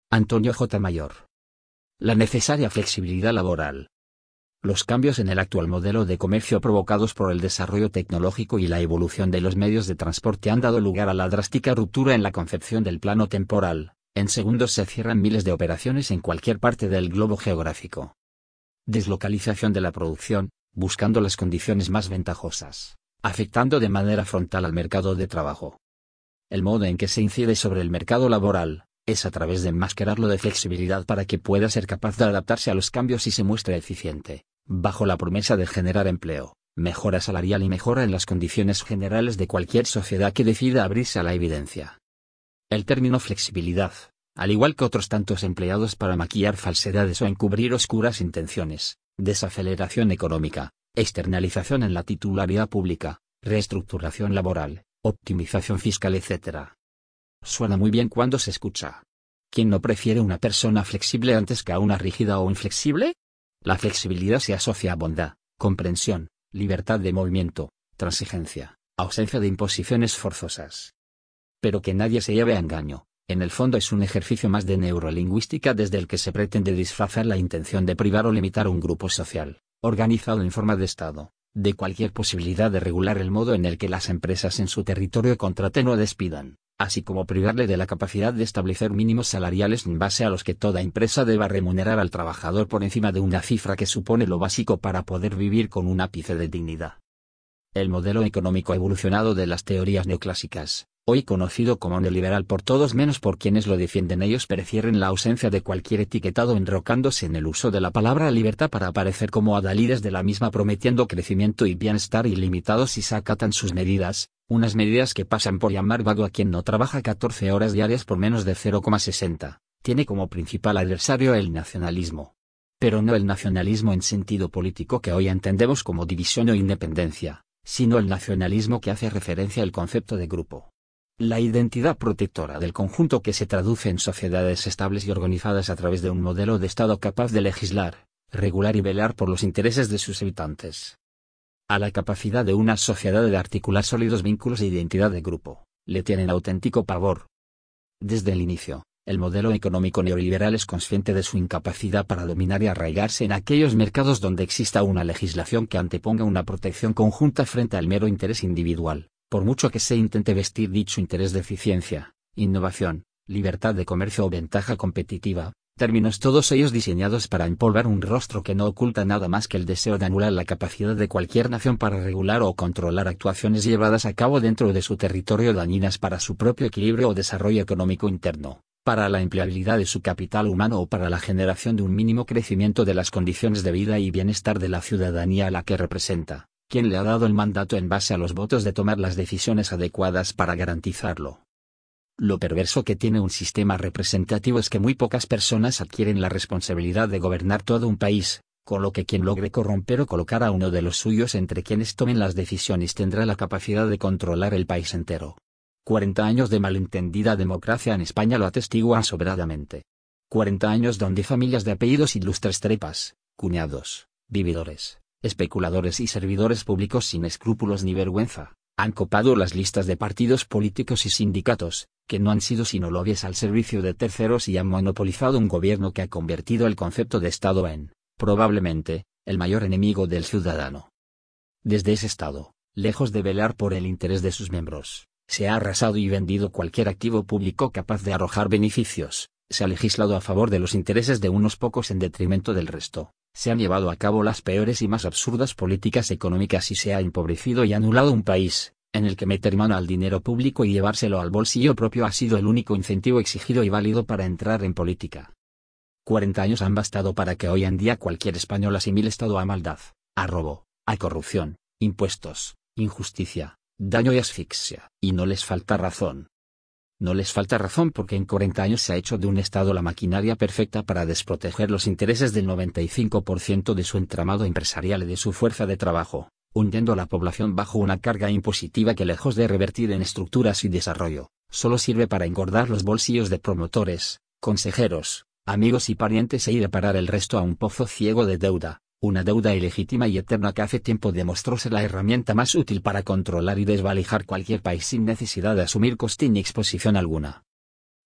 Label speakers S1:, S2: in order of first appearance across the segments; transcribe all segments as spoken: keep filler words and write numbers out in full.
S1: Antonio J. Mayor. La necesaria flexibilidad laboral. Los cambios en el actual modelo de comercio provocados por el desarrollo tecnológico y la evolución de los medios de transporte han dado lugar a la drástica ruptura en la concepción del plano temporal. En segundos se cierran miles de operaciones en cualquier parte del globo geográfico. Deslocalización de la producción, buscando las condiciones más ventajosas, afectando de manera frontal al mercado de trabajo. El modo en que se incide sobre el mercado laboral es a través de enmascararlo de flexibilidad para que pueda ser capaz de adaptarse a los cambios y se muestre eficiente, bajo la promesa de generar empleo, mejora salarial y mejora en las condiciones generales de cualquier sociedad que decida abrirse a la evidencia. El término flexibilidad, al igual que otros tantos empleados para maquillar falsedades o encubrir oscuras intenciones, desaceleración económica, externalización en la titularidad pública, reestructuración laboral, optimización fiscal, etcétera. Suena muy bien cuando se escucha. ¿Quién no prefiere una persona flexible antes que a una rígida o inflexible? La flexibilidad se asocia a bondad, comprensión, libertad de movimiento, transigencia, ausencia de imposiciones forzosas. Pero que nadie se lleve a engaño, en el fondo es un ejercicio más de neurolingüística desde el que se pretende disfrazar la intención de privar o limitar a un grupo social, organizado en forma de Estado, de cualquier posibilidad de regular el modo en el que las empresas en su territorio contraten o despidan, así como privarle de la capacidad de establecer mínimos salariales en base a los que toda empresa deba remunerar al trabajador por encima de una cifra que supone lo básico para poder vivir con un ápice de dignidad. El modelo económico evolucionado de las teorías neoclásicas, hoy conocido como neoliberal por todos menos por quienes lo defienden, ellos prefieren la ausencia de cualquier etiquetado enrocándose en el uso de la palabra libertad para aparecer como adalides de la misma, prometiendo crecimiento y bienestar ilimitados si se acatan sus medidas, unas medidas que pasan por llamar vago a quien no trabaja catorce horas diarias por menos de cero coma sesenta, tiene como principal adversario el nacionalismo. Pero no el nacionalismo en sentido político que hoy entendemos como división o independencia, sino el nacionalismo que hace referencia al concepto de grupo. La identidad protectora del conjunto que se traduce en sociedades estables y organizadas a través de un modelo de Estado capaz de legislar, regular y velar por los intereses de sus habitantes. A la capacidad de una sociedad de articular sólidos vínculos de identidad de grupo, le tienen auténtico pavor. Desde el inicio, el modelo económico neoliberal es consciente de su incapacidad para dominar y arraigarse en aquellos mercados donde exista una legislación que anteponga una protección conjunta frente al mero interés individual. Por mucho que se intente vestir dicho interés de eficiencia, innovación, libertad de comercio o ventaja competitiva, términos todos ellos diseñados para empolvar un rostro que no oculta nada más que el deseo de anular la capacidad de cualquier nación para regular o controlar actuaciones llevadas a cabo dentro de su territorio dañinas para su propio equilibrio o desarrollo económico interno, para la empleabilidad de su capital humano o para la generación de un mínimo crecimiento de las condiciones de vida y bienestar de la ciudadanía a la que representa. ¿Quién le ha dado el mandato en base a los votos de tomar las decisiones adecuadas para garantizarlo? Lo perverso que tiene un sistema representativo es que muy pocas personas adquieren la responsabilidad de gobernar todo un país, con lo que quien logre corromper o colocar a uno de los suyos entre quienes tomen las decisiones tendrá la capacidad de controlar el país entero. cuarenta años de malentendida democracia en España lo atestiguan sobradamente. cuarenta años donde familias de apellidos ilustres, trepas, cuñados, vividores, especuladores y servidores públicos sin escrúpulos ni vergüenza, han copado las listas de partidos políticos y sindicatos, que no han sido sino lobbies al servicio de terceros y han monopolizado un gobierno que ha convertido el concepto de Estado en, probablemente, el mayor enemigo del ciudadano. Desde ese Estado, lejos de velar por el interés de sus miembros, se ha arrasado y vendido cualquier activo público capaz de arrojar beneficios, se ha legislado a favor de los intereses de unos pocos en detrimento del resto. Se han llevado a cabo las peores y más absurdas políticas económicas y se ha empobrecido y anulado un país, en el que meter mano al dinero público y llevárselo al bolsillo propio ha sido el único incentivo exigido y válido para entrar en política. cuarenta años han bastado para que hoy en día cualquier español asimile Estado a maldad, a robo, a corrupción, impuestos, injusticia, daño y asfixia, y no les falta razón. No les falta razón porque en cuarenta años se ha hecho de un Estado la maquinaria perfecta para desproteger los intereses del noventa y cinco por ciento de su entramado empresarial y de su fuerza de trabajo, hundiendo a la población bajo una carga impositiva que, lejos de revertir en estructuras y desarrollo, solo sirve para engordar los bolsillos de promotores, consejeros, amigos y parientes e ir a parar el resto a un pozo ciego de deuda, una deuda ilegítima y eterna que hace tiempo demostró ser la herramienta más útil para controlar y desvalijar cualquier país sin necesidad de asumir coste ni exposición alguna.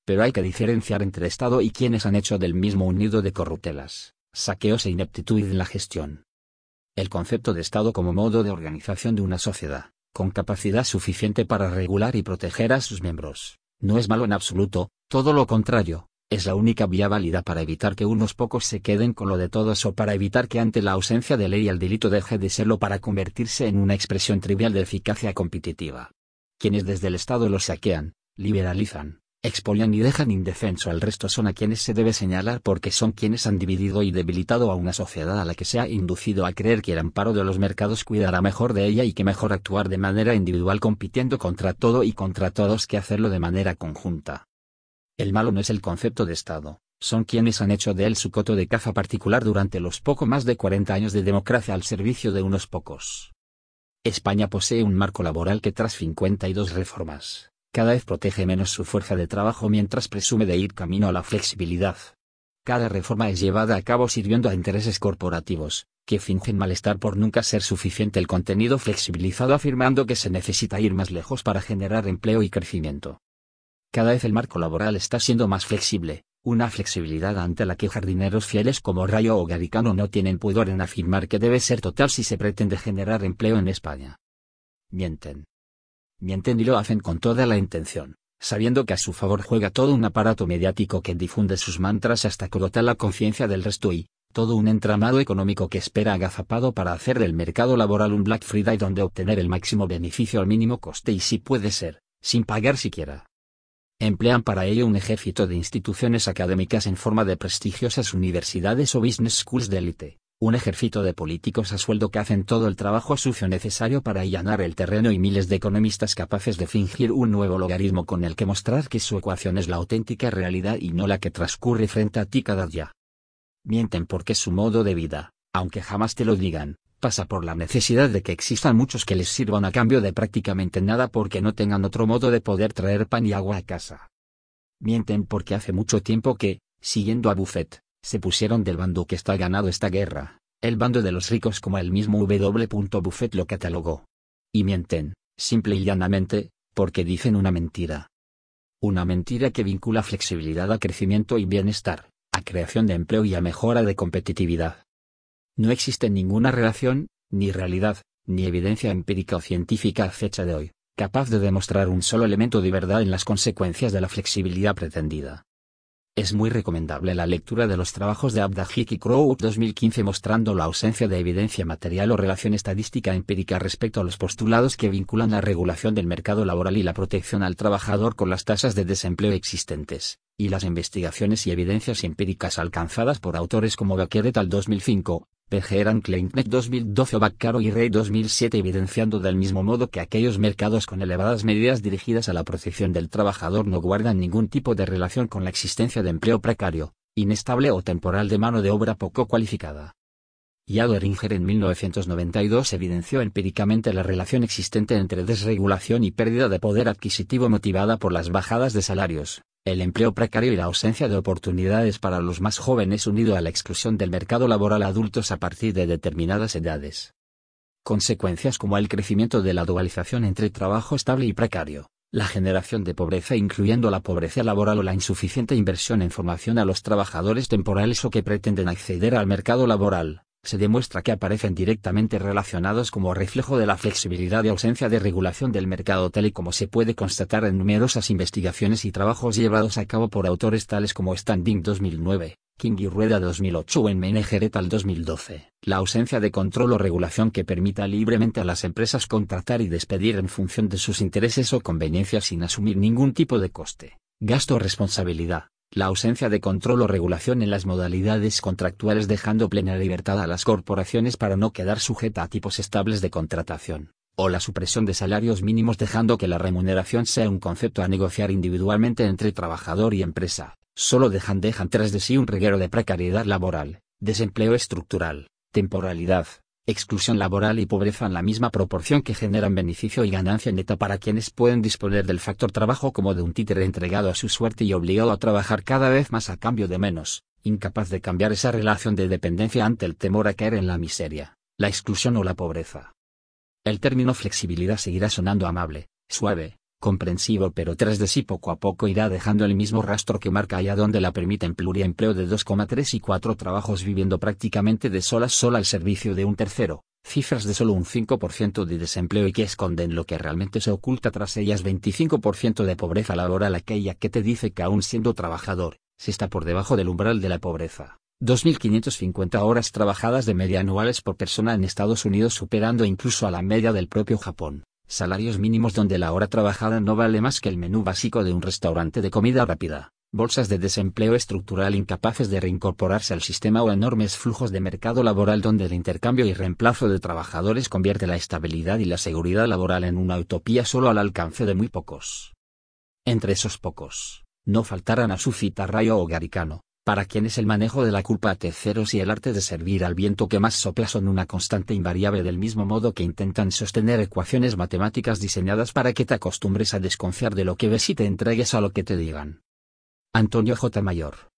S1: Pero hay que diferenciar entre Estado y quienes han hecho del mismo un nido de corruptelas, saqueos e ineptitud en la gestión. El concepto de Estado como modo de organización de una sociedad, con capacidad suficiente para regular y proteger a sus miembros, no es malo en absoluto, todo lo contrario, es la única vía válida para evitar que unos pocos se queden con lo de todos o para evitar que ante la ausencia de ley el delito deje de serlo para convertirse en una expresión trivial de eficacia competitiva. Quienes desde el Estado lo saquean, liberalizan, expolian y dejan indefenso al resto son a quienes se debe señalar porque son quienes han dividido y debilitado a una sociedad a la que se ha inducido a creer que el amparo de los mercados cuidará mejor de ella y que mejor actuar de manera individual compitiendo contra todo y contra todos que hacerlo de manera conjunta. El malo no es el concepto de Estado, son quienes han hecho de él su coto de caza particular durante los poco más de cuarenta años de democracia al servicio de unos pocos. España posee un marco laboral que tras cincuenta y dos reformas, cada vez protege menos su fuerza de trabajo mientras presume de ir camino a la flexibilidad. Cada reforma es llevada a cabo sirviendo a intereses corporativos, que fingen malestar por nunca ser suficiente el contenido flexibilizado afirmando que se necesita ir más lejos para generar empleo y crecimiento. Cada vez el marco laboral está siendo más flexible, una flexibilidad ante la que jardineros fieles como Rayo o Garicano no tienen pudor en afirmar que debe ser total si se pretende generar empleo en España. Mienten. Mienten y lo hacen con toda la intención, sabiendo que a su favor juega todo un aparato mediático que difunde sus mantras hasta corrotar la conciencia del resto y, todo un entramado económico que espera agazapado para hacer del mercado laboral un Black Friday donde obtener el máximo beneficio al mínimo coste y si puede ser, sin pagar siquiera. Emplean para ello un ejército de instituciones académicas en forma de prestigiosas universidades o business schools de élite, un ejército de políticos a sueldo que hacen todo el trabajo sucio necesario para allanar el terreno y miles de economistas capaces de fingir un nuevo logaritmo con el que mostrar que su ecuación es la auténtica realidad y no la que transcurre frente a ti cada día. Mienten porque su modo de vida, aunque jamás te lo digan, pasa por la necesidad de que existan muchos que les sirvan a cambio de prácticamente nada porque no tengan otro modo de poder traer pan y agua a casa. Mienten porque hace mucho tiempo que, siguiendo a Buffett, se pusieron del bando que está ganado esta guerra, el bando de los ricos como el mismo W. Buffett lo catalogó. Y mienten, simple y llanamente, porque dicen una mentira. Una mentira que vincula flexibilidad a crecimiento y bienestar, a creación de empleo y a mejora de competitividad. No existe ninguna relación, ni realidad, ni evidencia empírica o científica a fecha de hoy, capaz de demostrar un solo elemento de verdad en las consecuencias de la flexibilidad pretendida. Es muy recomendable la lectura de los trabajos de Abdajik y Crow dos mil quince mostrando la ausencia de evidencia material o relación estadística empírica respecto a los postulados que vinculan la regulación del mercado laboral y la protección al trabajador con las tasas de desempleo existentes, y las investigaciones y evidencias empíricas alcanzadas por autores como Baker et al. dos mil cinco, Pejeran Kleinknecht dos mil doce o Baccaro y Rey dos mil siete evidenciando del mismo modo que aquellos mercados con elevadas medidas dirigidas a la protección del trabajador no guardan ningún tipo de relación con la existencia de empleo precario, inestable o temporal de mano de obra poco cualificada. Yado Eringer en mil novecientos noventa y dos evidenció empíricamente la relación existente entre desregulación y pérdida de poder adquisitivo motivada por las bajadas de salarios, el empleo precario y la ausencia de oportunidades para los más jóvenes unido a la exclusión del mercado laboral a adultos a partir de determinadas edades. Consecuencias como el crecimiento de la dualización entre trabajo estable y precario, la generación de pobreza incluyendo la pobreza laboral o la insuficiente inversión en formación a los trabajadores temporales o que pretenden acceder al mercado laboral, se demuestra que aparecen directamente relacionados como reflejo de la flexibilidad y ausencia de regulación del mercado tal y como se puede constatar en numerosas investigaciones y trabajos llevados a cabo por autores tales como Standing dos mil nueve, King y Rueda dos mil ocho o en Menegher et al. dos mil doce. La ausencia de control o regulación que permita libremente a las empresas contratar y despedir en función de sus intereses o conveniencias sin asumir ningún tipo de coste, gasto o responsabilidad. La ausencia de control o regulación en las modalidades contractuales dejando plena libertad a las corporaciones para no quedar sujeta a tipos estables de contratación, o la supresión de salarios mínimos dejando que la remuneración sea un concepto a negociar individualmente entre trabajador y empresa, solo dejan dejan tras de sí un reguero de precariedad laboral, desempleo estructural, temporalidad, exclusión laboral y pobreza en la misma proporción que generan beneficio y ganancia neta para quienes pueden disponer del factor trabajo como de un títere entregado a su suerte y obligado a trabajar cada vez más a cambio de menos, incapaz de cambiar esa relación de dependencia ante el temor a caer en la miseria, la exclusión o la pobreza. El término flexibilidad seguirá sonando amable, suave, comprensivo, pero tres de sí poco a poco irá dejando el mismo rastro que marca allá donde la permiten pluriempleo de dos coma tres y cuatro trabajos viviendo prácticamente de sol a sol al servicio de un tercero, cifras de solo un cinco por ciento de desempleo y que esconden lo que realmente se oculta tras ellas: veinticinco por ciento de pobreza laboral, aquella que te dice que aún siendo trabajador, se está por debajo del umbral de la pobreza. dos mil quinientas cincuenta horas trabajadas de media anuales por persona en Estados Unidos, superando incluso a la media del propio Japón. Salarios mínimos donde la hora trabajada no vale más que el menú básico de un restaurante de comida rápida. Bolsas de desempleo estructural incapaces de reincorporarse al sistema o enormes flujos de mercado laboral donde el intercambio y reemplazo de trabajadores convierte la estabilidad y la seguridad laboral en una utopía solo al alcance de muy pocos. Entre esos pocos, no faltarán a Sufita Rayo o Garicano, para quienes el manejo de la culpa a terceros y el arte de servir al viento que más sopla son una constante invariable, del mismo modo que intentan sostener ecuaciones matemáticas diseñadas para que te acostumbres a desconfiar de lo que ves y te entregues a lo que te digan. Antonio J. Mayor.